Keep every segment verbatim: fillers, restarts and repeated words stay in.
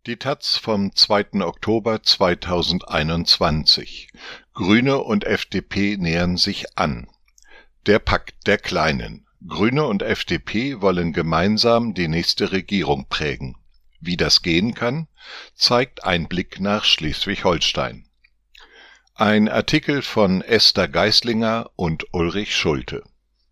Die taz vom zweiten Oktober zweitausendeinundzwanzig. Grüne und F D P nähern sich an. Der Pakt der Kleinen. Grüne und F D P wollen gemeinsam die nächste Regierung prägen. Wie das gehen kann, zeigt ein Blick nach Schleswig-Holstein. Ein Artikel von Esther Geislinger und Ulrich Schulte.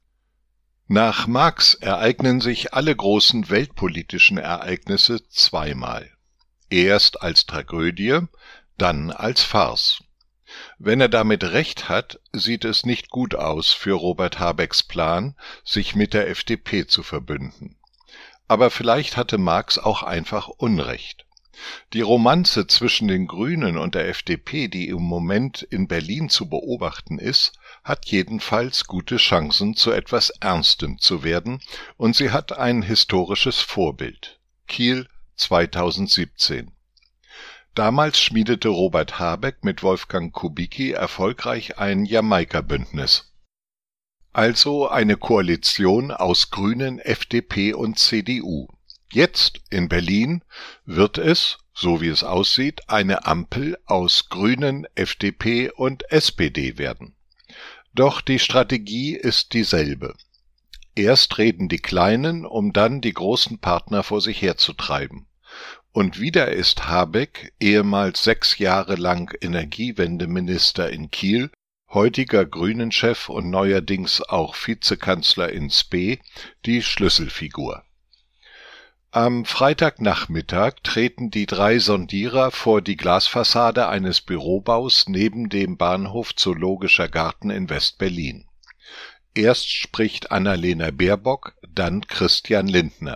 Nach Marx ereignen sich alle großen weltpolitischen Ereignisse zweimal. Erst als Tragödie, dann als Farce. Wenn er damit recht hat, sieht es nicht gut aus für Robert Habecks Plan, sich mit der F D P zu verbünden. Aber vielleicht hatte Marx auch einfach Unrecht. Die Romanze zwischen den Grünen und der F D P, die im Moment in Berlin zu beobachten ist, hat jedenfalls gute Chancen, zu etwas Ernstem zu werden, und sie hat ein historisches Vorbild. Kiel zweitausendsiebzehn. Damals schmiedete Robert Habeck mit Wolfgang Kubicki erfolgreich ein Jamaika-Bündnis. Also eine Koalition aus Grünen, F D P und C D U. Jetzt in Berlin wird es, so wie es aussieht, eine Ampel aus Grünen, F D P und S P D werden. Doch die Strategie ist dieselbe. Erst reden die Kleinen, um dann die großen Partner vor sich herzutreiben. Und wieder ist Habeck, ehemals sechs Jahre lang Energiewendeminister in Kiel, heutiger Grünen-Chef und neuerdings auch Vizekanzler in Spee, die Schlüsselfigur. Am Freitagnachmittag treten die drei Sondierer vor die Glasfassade eines Bürobaus neben dem Bahnhof Zoologischer Garten in West-Berlin. Erst spricht Annalena Baerbock, dann Christian Lindner.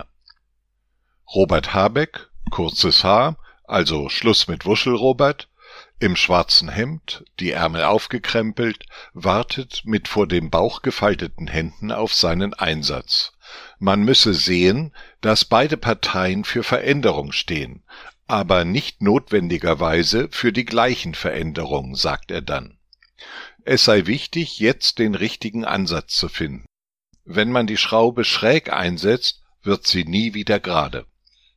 Robert Habeck, kurzes Haar, also Schluss mit Wuschel-Robert, im schwarzen Hemd, die Ärmel aufgekrempelt, wartet mit vor dem Bauch gefalteten Händen auf seinen Einsatz. Man müsse sehen, dass beide Parteien für Veränderung stehen, aber nicht notwendigerweise für die gleichen Veränderungen, sagt er dann. Es sei wichtig, jetzt den richtigen Ansatz zu finden. Wenn man die Schraube schräg einsetzt, wird sie nie wieder gerade.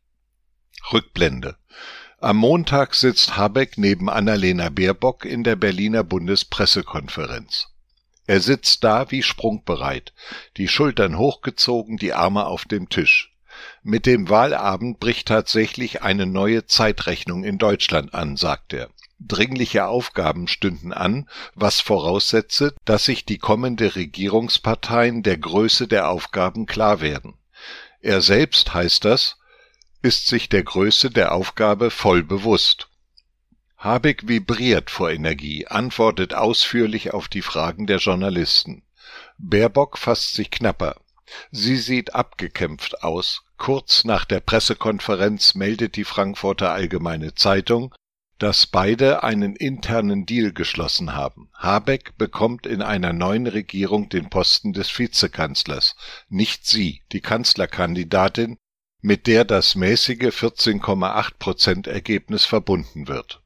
Rückblende. Am Montag sitzt Habeck neben Annalena Baerbock in der Berliner Bundespressekonferenz. Er sitzt da wie sprungbereit, die Schultern hochgezogen, die Arme auf dem Tisch. Mit dem Wahlabend bricht tatsächlich eine neue Zeitrechnung in Deutschland an, sagt er. Dringliche Aufgaben stünden an, was voraussetze, dass sich die kommende Regierungsparteien der Größe der Aufgaben klar werden. Er selbst, heißt das, ist sich der Größe der Aufgabe voll bewusst. Habeck vibriert vor Energie, antwortet ausführlich auf die Fragen der Journalisten. Baerbock fasst sich knapper. Sie sieht abgekämpft aus. Kurz nach der Pressekonferenz meldet die Frankfurter Allgemeine Zeitung, dass beide einen internen Deal geschlossen haben. Habeck bekommt in einer neuen Regierung den Posten des Vizekanzlers, nicht sie, die Kanzlerkandidatin, mit der das mäßige vierzehn Komma acht Prozent Ergebnis verbunden wird.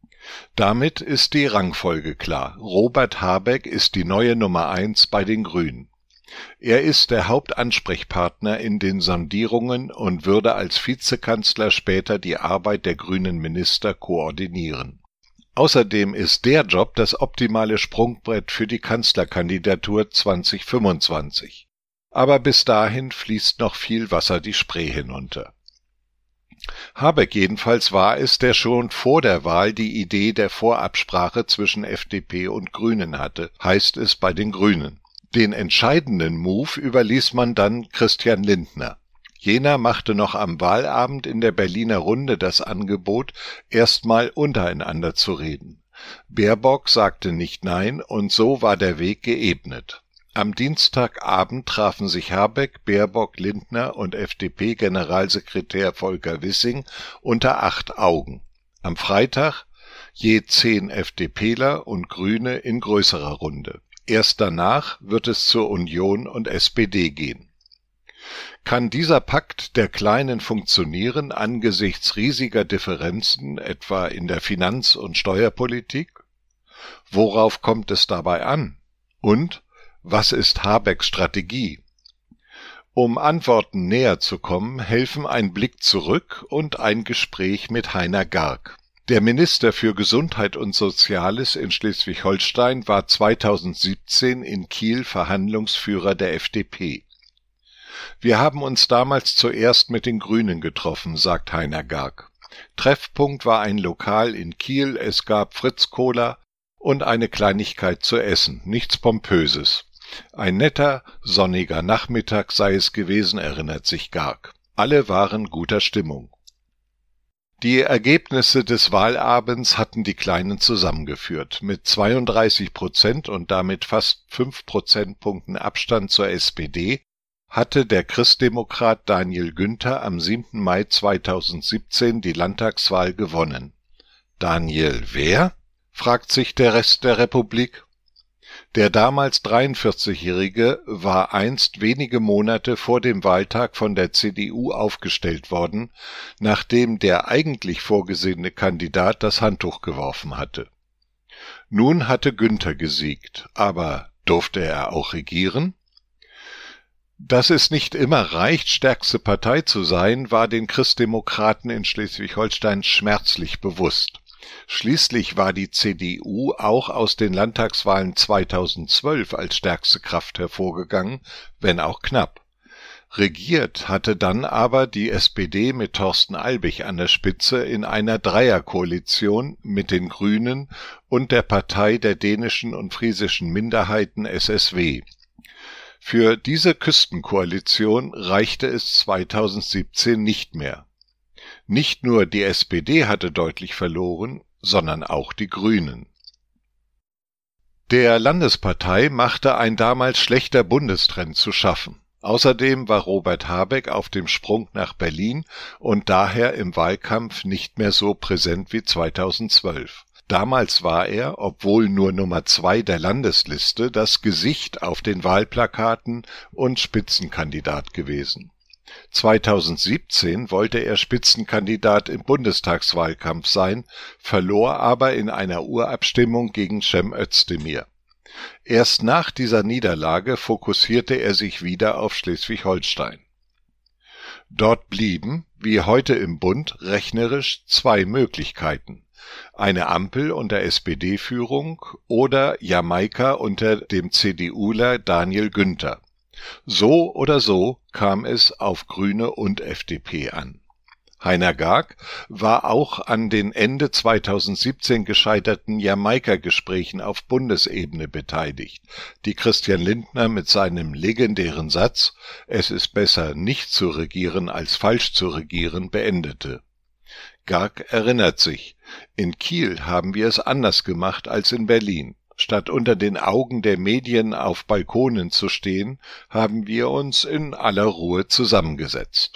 Damit ist die Rangfolge klar. Robert Habeck ist die neue Nummer eins bei den Grünen. Er ist der Hauptansprechpartner in den Sondierungen und würde als Vizekanzler später die Arbeit der grünen Minister koordinieren. Außerdem ist der Job das optimale Sprungbrett für die Kanzlerkandidatur zweitausendfünfundzwanzig. Aber bis dahin fließt noch viel Wasser die Spree hinunter. Habeck jedenfalls war es, der schon vor der Wahl die Idee der Vorabsprache zwischen F D P und Grünen hatte, heißt es bei den Grünen. Den entscheidenden Move überließ man dann Christian Lindner. Jener machte noch am Wahlabend in der Berliner Runde das Angebot, erstmal untereinander zu reden. Baerbock sagte nicht nein, und so war der Weg geebnet. Am Dienstagabend trafen sich Habeck, Baerbock, Lindner und F D P-Generalsekretär Volker Wissing unter acht Augen. Am Freitag je zehn FDPler und Grüne in größerer Runde. Erst danach wird es zur Union und S P D gehen. Kann dieser Pakt der Kleinen funktionieren angesichts riesiger Differenzen, etwa in der Finanz- und Steuerpolitik? Worauf kommt es dabei an? Und was ist Habecks Strategie? Um Antworten näher zu kommen, helfen ein Blick zurück und ein Gespräch mit Heiner Garg. Der Minister für Gesundheit und Soziales in Schleswig-Holstein war zweitausendsiebzehn in Kiel Verhandlungsführer der F D P. Wir haben uns damals zuerst mit den Grünen getroffen, sagt Heiner Garg. Treffpunkt war ein Lokal in Kiel, es gab Fritz-Cola und eine Kleinigkeit zu essen, nichts Pompöses. Ein netter, sonniger Nachmittag sei es gewesen, erinnert sich Garg. Alle waren guter Stimmung. Die Ergebnisse des Wahlabends hatten die Kleinen zusammengeführt. Mit zweiunddreißig Prozent und damit fast fünf Prozentpunkten Abstand zur S P D hatte der Christdemokrat Daniel Günther am siebten Mai zweitausendsiebzehn die Landtagswahl gewonnen. Daniel wer? Fragt sich der Rest der Republik. Der damals dreiundvierzigjährige war einst wenige Monate vor dem Wahltag von der C D U aufgestellt worden, nachdem der eigentlich vorgesehene Kandidat das Handtuch geworfen hatte. Nun hatte Günther gesiegt, aber durfte er auch regieren? Dass es nicht immer reicht, stärkste Partei zu sein, war den Christdemokraten in Schleswig-Holstein schmerzlich bewusst. Schließlich war die C D U auch aus den Landtagswahlen zweitausendzwölf als stärkste Kraft hervorgegangen, wenn auch knapp. Regiert hatte dann aber die S P D mit Thorsten Albig an der Spitze in einer Dreierkoalition mit den Grünen und der Partei der dänischen und friesischen Minderheiten S S W. Für diese Küstenkoalition reichte es zweitausendsiebzehn nicht mehr. Nicht nur die S P D hatte deutlich verloren, sondern auch die Grünen. Der Landespartei machte ein damals schlechter Bundestrend zu schaffen. Außerdem war Robert Habeck auf dem Sprung nach Berlin und daher im Wahlkampf nicht mehr so präsent wie zweitausendzwölf. Damals war er, obwohl nur Nummer zwei der Landesliste, das Gesicht auf den Wahlplakaten und Spitzenkandidat gewesen. zweitausendsiebzehn wollte er Spitzenkandidat im Bundestagswahlkampf sein, verlor aber in einer Urabstimmung gegen Cem Özdemir. Erst nach dieser Niederlage fokussierte er sich wieder auf Schleswig-Holstein. Dort blieben, wie heute im Bund, rechnerisch zwei Möglichkeiten. Eine Ampel unter S P D-Führung oder Jamaika unter dem CDUler Daniel Günther. So oder so kam es auf Grüne und F D P an. Heiner Garg war auch an den Ende zweitausendsiebzehn gescheiterten Jamaika-Gesprächen auf Bundesebene beteiligt, die Christian Lindner mit seinem legendären Satz »Es ist besser, nicht zu regieren, als falsch zu regieren« beendete. Garg erinnert sich, in Kiel haben wir es anders gemacht als in Berlin. Statt unter den Augen der Medien auf Balkonen zu stehen, haben wir uns in aller Ruhe zusammengesetzt.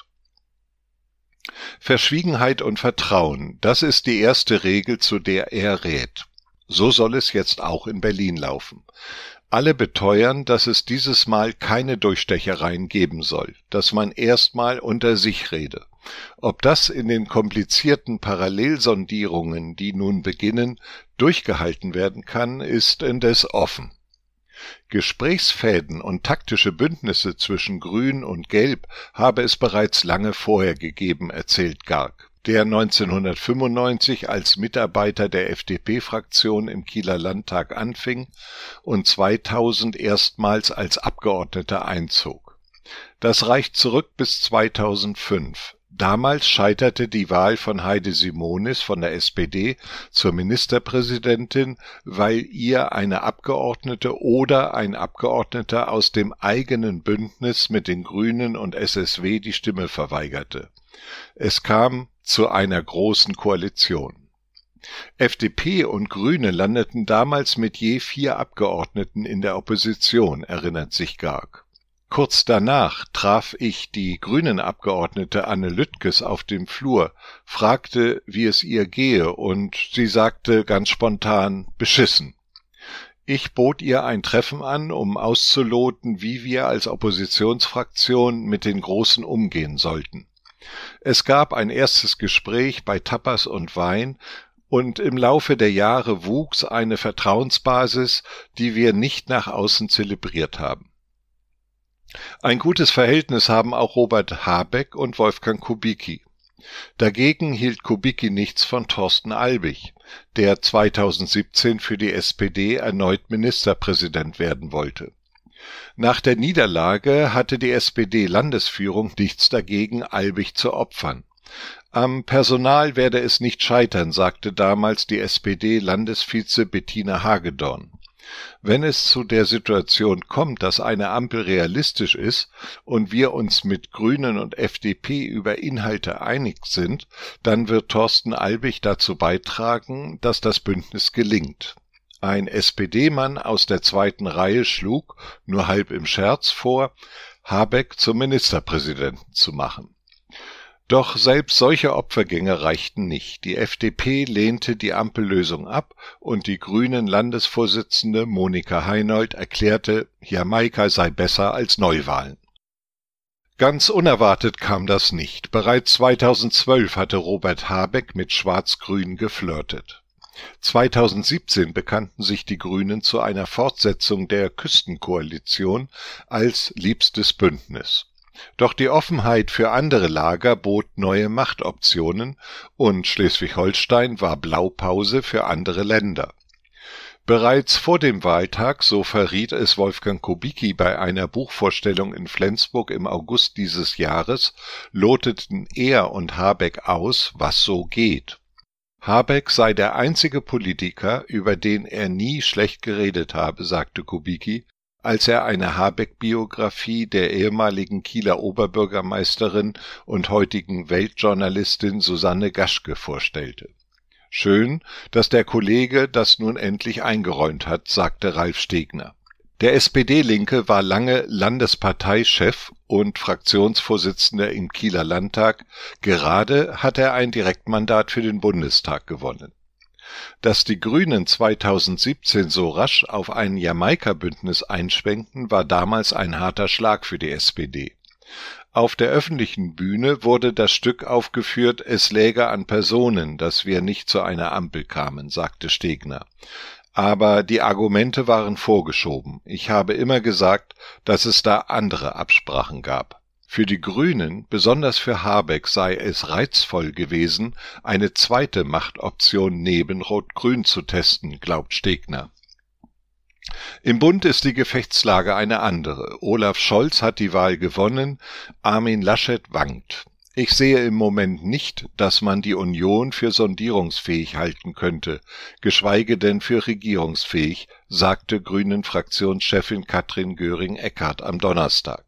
Verschwiegenheit und Vertrauen, das ist die erste Regel, zu der er rät. So soll es jetzt auch in Berlin laufen. Alle beteuern, dass es dieses Mal keine Durchstechereien geben soll, dass man erstmal unter sich rede. Ob das in den komplizierten Parallelsondierungen, die nun beginnen, durchgehalten werden kann, ist indes offen. Gesprächsfäden und taktische Bündnisse zwischen Grün und Gelb habe es bereits lange vorher gegeben, erzählt Garg, der neunzehnhundertfünfundneunzig als Mitarbeiter der F D P-Fraktion im Kieler Landtag anfing und zweitausend erstmals als Abgeordneter einzog. Das reicht zurück bis zweitausendfünf. Damals scheiterte die Wahl von Heide Simonis von der S P D zur Ministerpräsidentin, weil ihr eine Abgeordnete oder ein Abgeordneter aus dem eigenen Bündnis mit den Grünen und S S W die Stimme verweigerte. Es kam zu einer großen Koalition. F D P und Grüne landeten damals mit je vier Abgeordneten in der Opposition, erinnert sich Garg. Kurz danach traf ich die Grünen-Abgeordnete Anne Lüttges auf dem Flur, fragte, wie es ihr gehe, und sie sagte ganz spontan, beschissen. Ich bot ihr ein Treffen an, um auszuloten, wie wir als Oppositionsfraktion mit den Großen umgehen sollten. Es gab ein erstes Gespräch bei Tapas und Wein, und im Laufe der Jahre wuchs eine Vertrauensbasis, die wir nicht nach außen zelebriert haben. Ein gutes Verhältnis haben auch Robert Habeck und Wolfgang Kubicki. Dagegen hielt Kubicki nichts von Thorsten Albig, der zweitausendsiebzehn für die S P D erneut Ministerpräsident werden wollte. Nach der Niederlage hatte die S P D-Landesführung nichts dagegen, Albig zu opfern. Am Personal werde es nicht scheitern, sagte damals die S P D-Landesvize Bettina Hagedorn. Wenn es zu der Situation kommt, dass eine Ampel realistisch ist und wir uns mit Grünen und F D P über Inhalte einig sind, dann wird Thorsten Albig dazu beitragen, dass das Bündnis gelingt. Ein S P D-Mann aus der zweiten Reihe schlug, nur halb im Scherz, vor, Habeck zum Ministerpräsidenten zu machen. Doch selbst solche Opfergänge reichten nicht. Die F D P lehnte die Ampellösung ab und die Grünen-Landesvorsitzende Monika Heinold erklärte, Jamaika sei besser als Neuwahlen. Ganz unerwartet kam das nicht. Bereits zweitausendzwölf hatte Robert Habeck mit Schwarz-Grün geflirtet. zweitausendsiebzehn bekannten sich die Grünen zu einer Fortsetzung der Küstenkoalition als liebstes Bündnis. Doch die Offenheit für andere Lager bot neue Machtoptionen und Schleswig-Holstein war Blaupause für andere Länder. Bereits vor dem Wahltag, so verriet es Wolfgang Kubicki bei einer Buchvorstellung in Flensburg im August dieses Jahres, loteten er und Habeck aus, was so geht. Habeck sei der einzige Politiker, über den er nie schlecht geredet habe, sagte Kubicki, als er eine Habeck-Biografie der ehemaligen Kieler Oberbürgermeisterin und heutigen Weltjournalistin Susanne Gaschke vorstellte. Schön, dass der Kollege das nun endlich eingeräumt hat, sagte Ralf Stegner. Der S P D-Linke war lange Landesparteichef und Fraktionsvorsitzender im Kieler Landtag, gerade hat er ein Direktmandat für den Bundestag gewonnen. Dass die Grünen zweitausendsiebzehn so rasch auf ein Jamaika-Bündnis einschwenkten, war damals ein harter Schlag für die S P D. Auf der öffentlichen Bühne wurde das Stück aufgeführt, es läge an Personen, dass wir nicht zu einer Ampel kamen, sagte Stegner. Aber die Argumente waren vorgeschoben. Ich habe immer gesagt, dass es da andere Absprachen gab. Für die Grünen, besonders für Habeck, sei es reizvoll gewesen, eine zweite Machtoption neben Rot-Grün zu testen, glaubt Stegner. Im Bund ist die Gefechtslage eine andere. Olaf Scholz hat die Wahl gewonnen, Armin Laschet wankt. Ich sehe im Moment nicht, dass man die Union für sondierungsfähig halten könnte, geschweige denn für regierungsfähig, sagte Grünen-Fraktionschefin Katrin Göring-Eckardt am Donnerstag.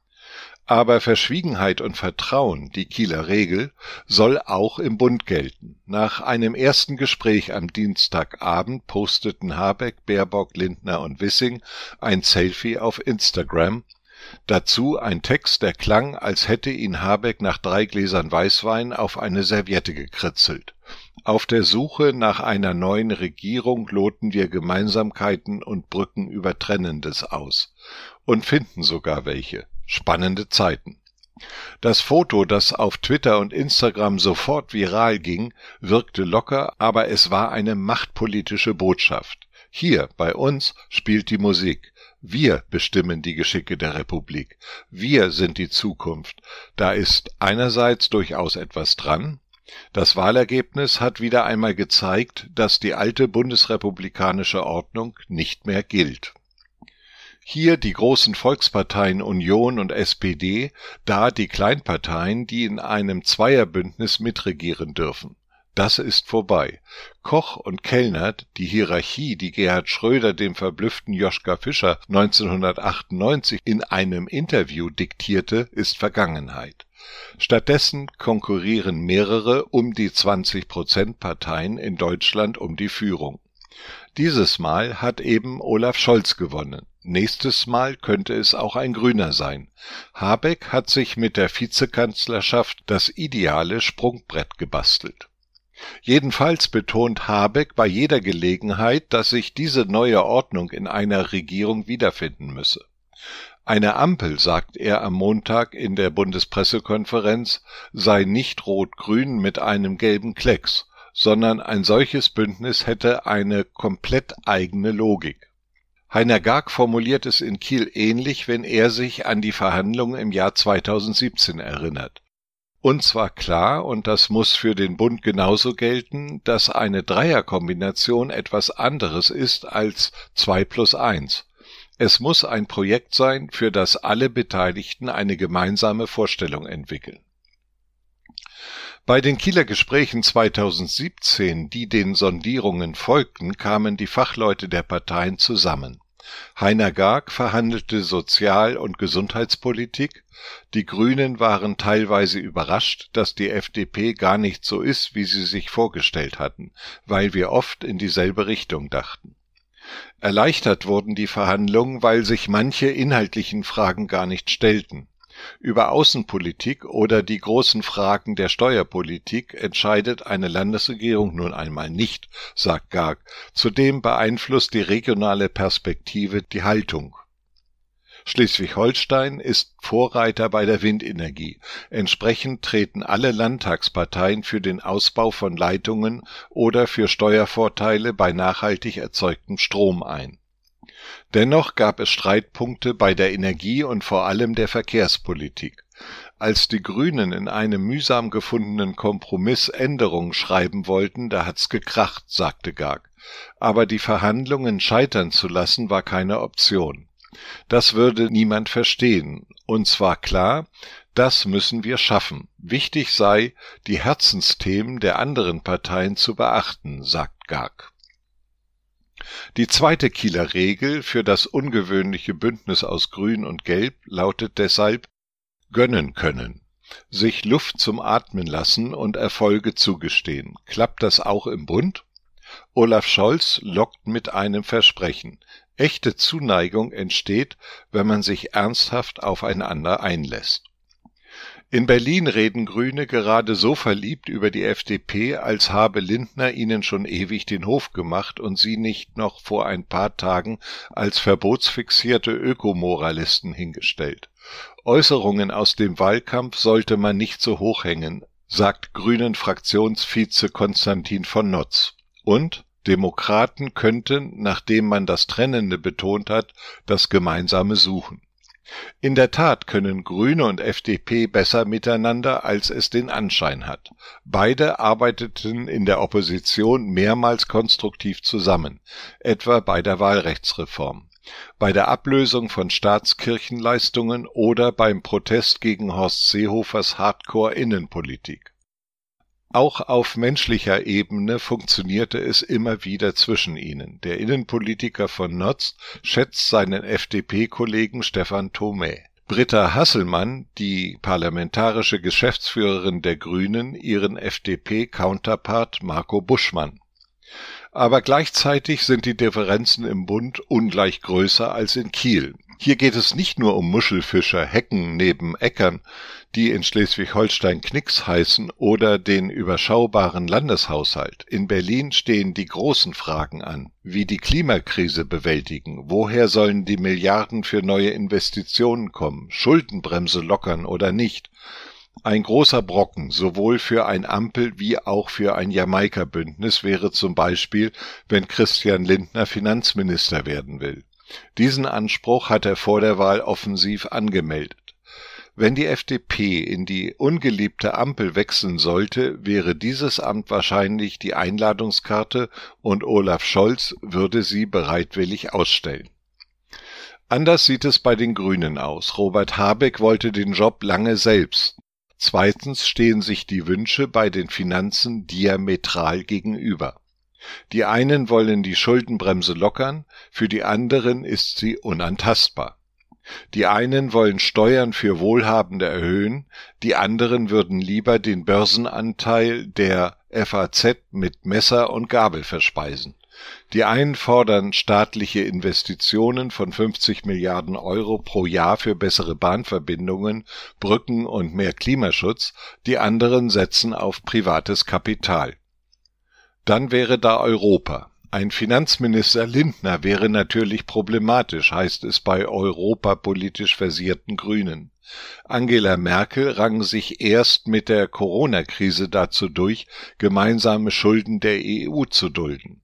Aber Verschwiegenheit und Vertrauen, die Kieler Regel, soll auch im Bund gelten. Nach einem ersten Gespräch am Dienstagabend posteten Habeck, Baerbock, Lindner und Wissing ein Selfie auf Instagram. Dazu ein Text, der klang, als hätte ihn Habeck nach drei Gläsern Weißwein auf eine Serviette gekritzelt. Auf der Suche nach einer neuen Regierung loten wir Gemeinsamkeiten und Brücken über Trennendes aus. Und finden sogar welche. Spannende Zeiten. Das Foto, das auf Twitter und Instagram sofort viral ging, wirkte locker, aber es war eine machtpolitische Botschaft. Hier, bei uns, spielt die Musik. Wir bestimmen die Geschicke der Republik. Wir sind die Zukunft. Da ist einerseits durchaus etwas dran. Das Wahlergebnis hat wieder einmal gezeigt, dass die alte bundesrepublikanische Ordnung nicht mehr gilt. Hier die großen Volksparteien Union und S P D, da die Kleinparteien, die in einem Zweierbündnis mitregieren dürfen. Das ist vorbei. Koch und Kellner, die Hierarchie, die Gerhard Schröder dem verblüfften Joschka Fischer neunzehnhundertachtundneunzig in einem Interview diktierte, ist Vergangenheit. Stattdessen konkurrieren mehrere um die zwanzig Prozent Parteien in Deutschland um die Führung. Dieses Mal hat eben Olaf Scholz gewonnen. Nächstes Mal könnte es auch ein Grüner sein. Habeck hat sich mit der Vizekanzlerschaft das ideale Sprungbrett gebastelt. Jedenfalls betont Habeck bei jeder Gelegenheit, dass sich diese neue Ordnung in einer Regierung wiederfinden müsse. Eine Ampel, sagt er am Montag in der Bundespressekonferenz, sei nicht rot-grün mit einem gelben Klecks, sondern ein solches Bündnis hätte eine komplett eigene Logik. Heiner Gag formuliert es in Kiel ähnlich, wenn er sich an die Verhandlungen im Jahr zweitausendsiebzehn erinnert. Uns war klar, und das muss für den Bund genauso gelten, dass eine Dreierkombination etwas anderes ist als zwei plus eins. Es muss ein Projekt sein, für das alle Beteiligten eine gemeinsame Vorstellung entwickeln. Bei den Kieler Gesprächen zweitausendsiebzehn, die den Sondierungen folgten, kamen die Fachleute der Parteien zusammen. Heiner Gag verhandelte Sozial- und Gesundheitspolitik, die Grünen waren teilweise überrascht, dass die F D P gar nicht so ist, wie sie sich vorgestellt hatten, weil wir oft in dieselbe Richtung dachten. Erleichtert wurden die Verhandlungen, weil sich manche inhaltlichen Fragen gar nicht stellten. Über Außenpolitik oder die großen Fragen der Steuerpolitik entscheidet eine Landesregierung nun einmal nicht, sagt Gag. Zudem beeinflusst die regionale Perspektive die Haltung. Schleswig-Holstein ist Vorreiter bei der Windenergie. Entsprechend treten alle Landtagsparteien für den Ausbau von Leitungen oder für Steuervorteile bei nachhaltig erzeugtem Strom ein. Dennoch gab es Streitpunkte bei der Energie und vor allem der Verkehrspolitik. Als die Grünen in einem mühsam gefundenen Kompromiss Änderungen schreiben wollten, da hat's gekracht, sagte Gag. Aber die Verhandlungen scheitern zu lassen, war keine Option. Das würde niemand verstehen. Uns war klar, das müssen wir schaffen. Wichtig sei, die Herzensthemen der anderen Parteien zu beachten, sagt Gag. Die zweite Kieler Regel für das ungewöhnliche Bündnis aus Grün und Gelb lautet deshalb: gönnen können, sich Luft zum Atmen lassen und Erfolge zugestehen. Klappt das auch im Bund? Olaf Scholz lockt mit einem Versprechen. Echte Zuneigung entsteht, wenn man sich ernsthaft aufeinander einlässt. In Berlin reden Grüne gerade so verliebt über die F D P, als habe Lindner ihnen schon ewig den Hof gemacht und sie nicht noch vor ein paar Tagen als verbotsfixierte Ökomoralisten hingestellt. Äußerungen aus dem Wahlkampf sollte man nicht so hoch hängen, sagt Grünen-Fraktionsvize Konstantin von Notz. Und Demokraten könnten, nachdem man das Trennende betont hat, das Gemeinsame suchen. In der Tat können Grüne und F D P besser miteinander, als es den Anschein hat. Beide arbeiteten in der Opposition mehrmals konstruktiv zusammen, etwa bei der Wahlrechtsreform, bei der Ablösung von Staatskirchenleistungen oder beim Protest gegen Horst Seehofers Hardcore-Innenpolitik. Auch auf menschlicher Ebene funktionierte es immer wieder zwischen ihnen. Der Innenpolitiker von Notz schätzt seinen F D P-Kollegen Stefan Thomé. Britta Hasselmann, die parlamentarische Geschäftsführerin der Grünen, ihren F D P-Counterpart Marco Buschmann. Aber gleichzeitig sind die Differenzen im Bund ungleich größer als in Kiel. Hier geht es nicht nur um Muschelfischer, Hecken neben Äckern, die in Schleswig-Holstein Knicks heißen, oder den überschaubaren Landeshaushalt. In Berlin stehen die großen Fragen an, wie die Klimakrise bewältigen, woher sollen die Milliarden für neue Investitionen kommen, Schuldenbremse lockern oder nicht. Ein großer Brocken, sowohl für ein Ampel- wie auch für ein Jamaika-Bündnis, wäre zum Beispiel, wenn Christian Lindner Finanzminister werden will. Diesen Anspruch hat er vor der Wahl offensiv angemeldet. Wenn die F D P in die ungeliebte Ampel wechseln sollte, wäre dieses Amt wahrscheinlich die Einladungskarte und Olaf Scholz würde sie bereitwillig ausstellen. Anders sieht es bei den Grünen aus. Robert Habeck wollte den Job lange selbst. Zweitens stehen sich die Wünsche bei den Finanzen diametral gegenüber. Die einen wollen die Schuldenbremse lockern, für die anderen ist sie unantastbar. Die einen wollen Steuern für Wohlhabende erhöhen, die anderen würden lieber den Börsenanteil der F A Z mit Messer und Gabel verspeisen. Die einen fordern staatliche Investitionen von fünfzig Milliarden Euro pro Jahr für bessere Bahnverbindungen, Brücken und mehr Klimaschutz, die anderen setzen auf privates Kapital. Dann wäre da Europa. Ein Finanzminister Lindner wäre natürlich problematisch, heißt es bei europapolitisch versierten Grünen. Angela Merkel rang sich erst mit der Corona-Krise dazu durch, gemeinsame Schulden der E U zu dulden.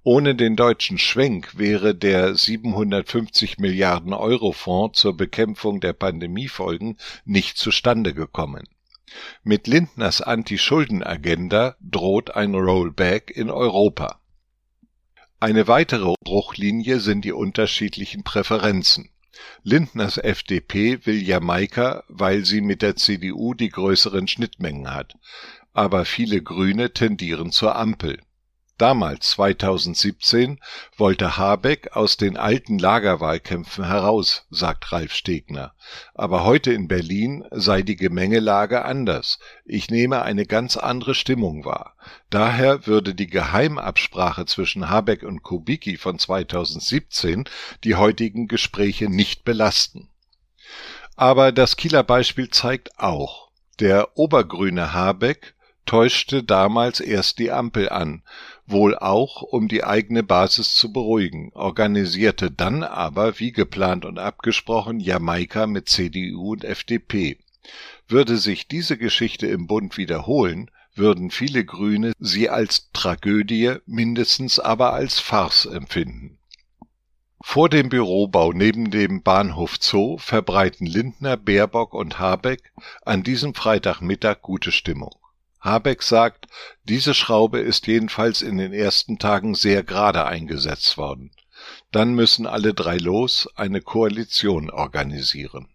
Ohne den deutschen Schwenk wäre der siebenhundertfünfzig Milliarden Euro Fonds zur Bekämpfung der Pandemiefolgen nicht zustande gekommen. Mit Lindners Anti-Schulden-Agenda droht ein Rollback in Europa. Eine weitere Bruchlinie sind die unterschiedlichen Präferenzen. Lindners F D P will Jamaika, weil sie mit der C D U die größeren Schnittmengen hat, aber viele Grüne tendieren zur Ampel. Damals, zweitausendsiebzehn, wollte Habeck aus den alten Lagerwahlkämpfen heraus, sagt Ralf Stegner. Aber heute in Berlin sei die Gemengelage anders. Ich nehme eine ganz andere Stimmung wahr. Daher würde die Geheimabsprache zwischen Habeck und Kubicki von zweitausendsiebzehn die heutigen Gespräche nicht belasten. Aber das Kieler Beispiel zeigt auch, der obergrüne Habeck täuschte damals erst die Ampel an, wohl auch, um die eigene Basis zu beruhigen, organisierte dann aber, wie geplant und abgesprochen, Jamaika mit C D U und F D P. Würde sich diese Geschichte im Bund wiederholen, würden viele Grüne sie als Tragödie, mindestens aber als Farce empfinden. Vor dem Bürobau neben dem Bahnhof Zoo verbreiten Lindner, Baerbock und Habeck an diesem Freitagmittag gute Stimmung. Habeck sagt, diese Schraube ist jedenfalls in den ersten Tagen sehr gerade eingesetzt worden. Dann müssen alle drei los, eine Koalition organisieren.